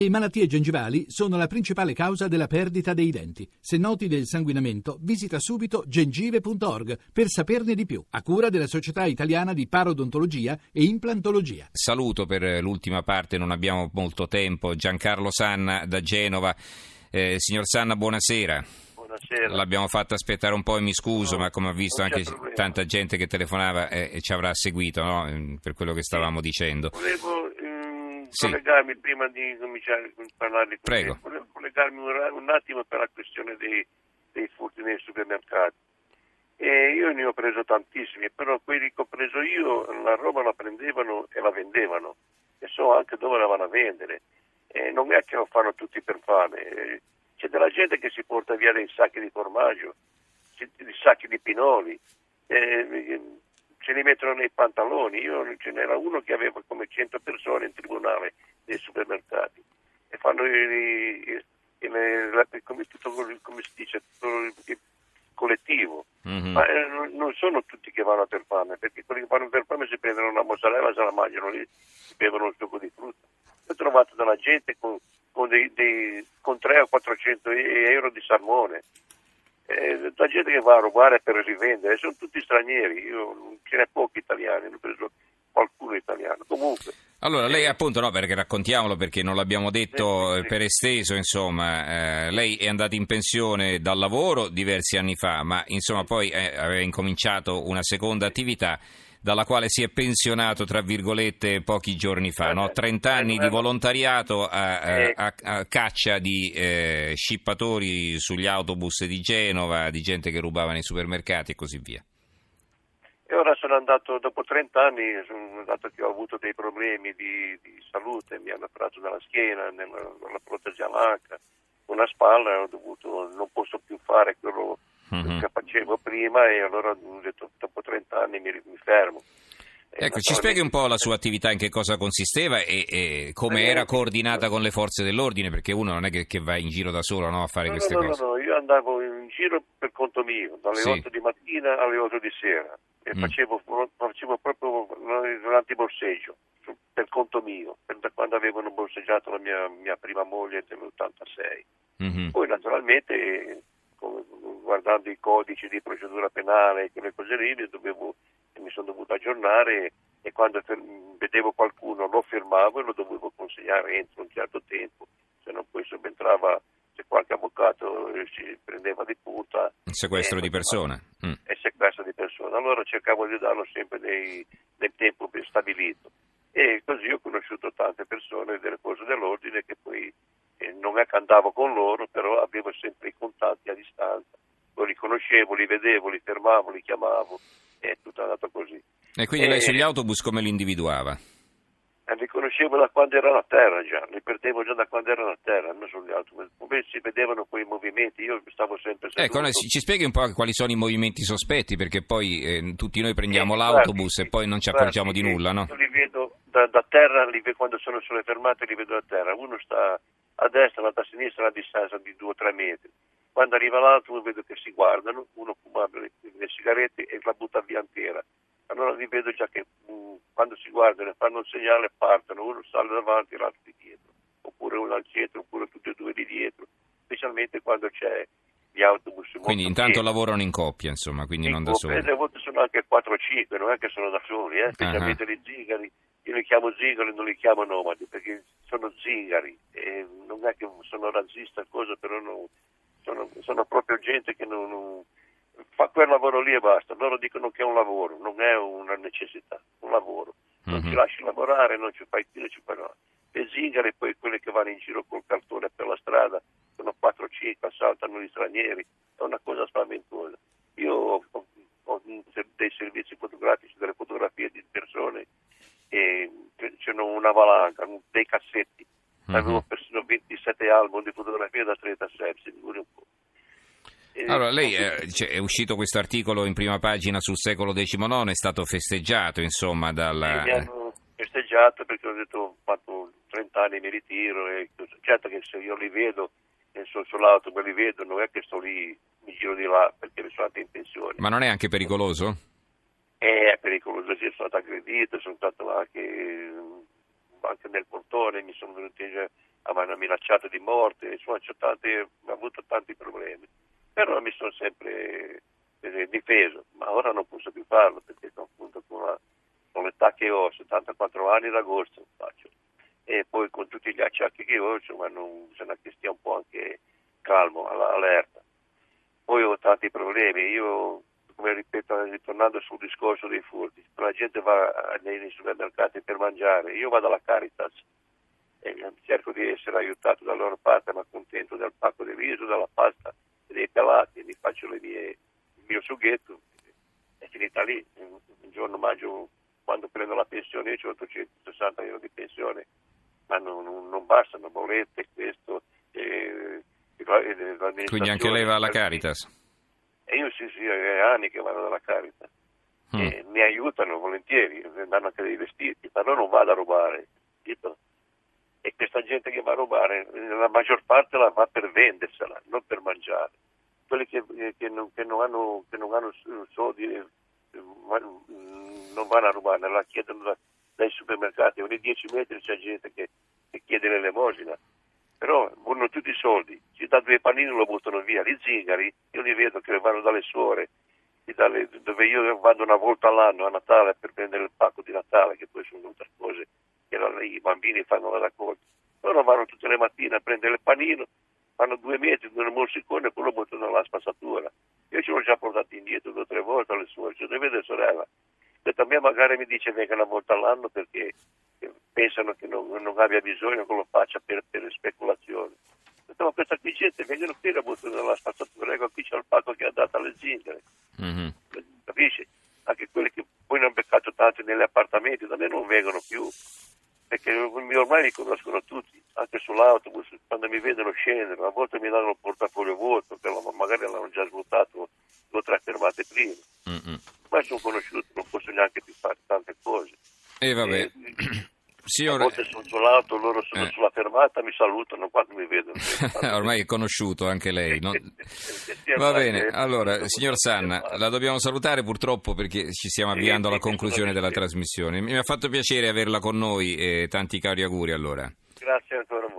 Le malattie gengivali sono la principale causa della perdita dei denti. Se noti del sanguinamento, visita subito gengive.org per saperne di più, a cura della Società Italiana di Parodontologia e Implantologia. Saluto per l'ultima parte, non abbiamo molto tempo, Giancarlo Sanna da Genova. Signor Sanna, buonasera. Buonasera. L'abbiamo fatto aspettare un po' e mi scuso, ma come ho visto anche tanta gente che telefonava e ci avrà seguito, no? Per quello che stavamo dicendo. Volevo collegarmi prima di cominciare a parlare con Prego. te. Volevo collegarmi un attimo per la questione dei furti nei supermercati. Io ne ho preso tantissimi, però quelli che ho preso io la roba la prendevano e la vendevano e so anche dove la vanno a vendere. Non è che lo fanno tutti per fame. C'è della gente che si porta via dei sacchi di formaggio, dei sacchi di pinoli, ce li mettono nei pantaloni. Io ce n'era uno che aveva come 100 persone in tribunale nei supermercati e fanno come si dice, il collettivo. Mm-hmm. Ma non sono tutti che vanno per fame, perché quelli che vanno per fame si prendono una mozzarella, se la mangiano lì, si bevono un succo di frutta. Ho trovato della gente con 300 o 400 euro di salmone, la gente che va a rubare per rivendere, sono tutti stranieri. Io ce n'è pochi italiani, ne ho preso qualcuno italiano. Comunque, allora lei appunto, no, perché raccontiamolo, perché non l'abbiamo detto per esteso, insomma, lei è andata in pensione dal lavoro diversi anni fa, ma insomma poi aveva incominciato una seconda attività dalla quale si è pensionato, tra virgolette, pochi giorni fa, no? 30 anni di volontariato a caccia di scippatori sugli autobus di Genova, di gente che rubava nei supermercati e così via. E ora sono andato, dopo 30 anni, dato che ho avuto dei problemi di salute, mi hanno operato nella schiena, nella protesi all'anca, una spalla, non posso più fare quello che facevo prima e allora ho detto dopo 30 anni mi fermo. Ecco, ci spieghi un po' la sua attività, in che cosa consisteva e come era coordinata con le forze dell'ordine, perché uno non è che va in giro da solo, no, a fare queste cose. No, io andavo in giro per conto mio, dalle 8 di mattina alle 8 di sera e facevo proprio l'antiborseggio per conto mio, da quando avevano borseggiato la mia prima moglie nell'86. Mm-hmm. Poi naturalmente guardando i codici di procedura penale e quelle cose lì mi sono dovuto aggiornare e quando vedevo qualcuno lo fermavo e lo dovevo consegnare entro un certo tempo, se no poi subentrava, se qualche avvocato si prendeva di punta. Un sequestro di persona. E sequestro di persona. Allora cercavo di darlo sempre nel tempo ben stabilito e così ho conosciuto tante persone delle forze dell'ordine che poi non è che andavo con loro, però avevo sempre i contatti a distanza, lo riconoscevo, li vedevo, li fermavo, li chiamavo e tutto è andato così. E quindi lei sugli autobus come li individuava? Li conoscevo da quando erano a terra già, li perdevo già da quando erano a terra, non sugli autobus. Come si vedevano quei movimenti, io stavo sempre seduto. Ecco, ci spieghi un po' quali sono i movimenti sospetti, perché poi tutti noi prendiamo l'autobus e poi non ci accorgiamo di nulla, no? Io li vedo da terra, quando sono sulle fermate li vedo da terra, uno sta a destra, l'altro a sinistra, a distanza di 2 o 3 metri. Quando arriva l'altro vedo che si guardano, uno fuma le sigarette e la butta via intera. Allora li vedo già che quando si guardano e fanno un segnale partono, uno sale davanti e l'altro di dietro, oppure uno al centro, oppure tutti e due di dietro, specialmente quando c'è gli autobus. Quindi intanto pieni. Lavorano in coppia, insomma, quindi non da soli. E a volte sono anche 4 o 5, non è che sono da soli, specialmente gli zingari. Io li chiamo zingari, non li chiamo nomadi, perché sono zingari, e non è che sono razzista, cosa, però sono proprio gente che non fa quel lavoro lì e basta. Loro dicono che è un lavoro, non è una necessità, un lavoro. Non ci lasci lavorare, non ci fai più, non ci fai no. Le zingare, poi quelle che vanno in giro col cartone per la strada, sono 4-5, assaltano gli stranieri, è una cosa spaventosa. Io ho dei servizi fotografici, delle fotografie di persone e c'è una valanga, dei cassetti. Avevo persino 27 album di fotografie da 36, si figuri un po'. Allora, lei è uscito questo articolo in prima pagina sul secolo XIX, è stato festeggiato, insomma, mi hanno festeggiato perché ho detto ho fatto 30 anni mi ritiro e certo che se io li vedo sull'auto me li vedo, non è che sto lì, mi giro di là perché sono andato in pensione. Ma non è anche pericoloso? È pericoloso, sì, sono stato aggredito, sono stato anche anche nel portone mi sono venuti a mi hanno minacciato di morte, insomma ho avuto tanti problemi, però mi sono sempre difeso, ma ora non posso più farlo perché appunto con l'età che ho, 74 anni d'agosto faccio, e poi con tutti gli acciacchi che ho, insomma bisogna che stia un po' anche calmo, allerta. Poi ho tanti problemi, io come ripeto, ritornando sul discorso dei furti, la gente va nei supermercati per mangiare, io vado alla Caritas e cerco di essere aiutato dalla loro parte, ma contento del pacco di riso, della pasta e dei pelati, mi faccio il mio sughetto, è finita lì. Un giorno mangio, quando prendo la pensione, io ho 860 euro di pensione, ma non bastano, bollette, questo, quindi anche lei va alla Caritas? E io sì, è anni che vado alla Caritas. E mi aiutano volentieri, mi danno anche dei vestiti, però non vado a rubare, capito? E questa gente che va a rubare, la maggior parte la va per vendersela, non per mangiare. Quelli che non hanno soldi non vanno a rubare, la chiedono dai supermercati, ogni 10 metri c'è gente che chiede l'elemosina. Però vogliono tutti i soldi, ci dà 2 panini lo buttano via, gli zingari, io li vedo che vanno dalle suore, dove io vado una volta all'anno a Natale per prendere il pacco di Natale, che poi sono tutte cose che i bambini fanno la raccolta. Loro vanno tutte le mattine a prendere il panino, fanno 2 metri, 2 morsiconi e poi lo buttano nella spazzatura. Io ce l'ho già portato indietro 2 o 3 volte alle suore, cioè vede sorella. A me magari mi dice venga una volta all'anno perché pensano che non abbia bisogno che lo faccia per speculazione. Ma questa qui gente vengono qui e buttano nella spazzatura, ecco qui c'è il pacco che ha dato alle zingare. Capisci? Anche quelli che poi ne hanno beccato tanti negli appartamenti, da me non vengono più, perché ormai mi conoscono tutti, anche sull'autobus, quando mi vedono scendere, a volte mi danno il portafoglio vuoto, che magari l'hanno già svuotato 2 o 3 fermate prima. Ma sono conosciuto, non posso neanche più fare tante cose. E vabbè. A volte sono sull'auto, loro sono sulla fermata, mi salutano quando mi vedono. Ormai è conosciuto anche lei, no? Va bene, allora, signor Sanna, la dobbiamo salutare purtroppo perché ci stiamo avviando alla conclusione della trasmissione. Mi ha fatto piacere averla con noi e tanti cari auguri allora. Grazie ancora.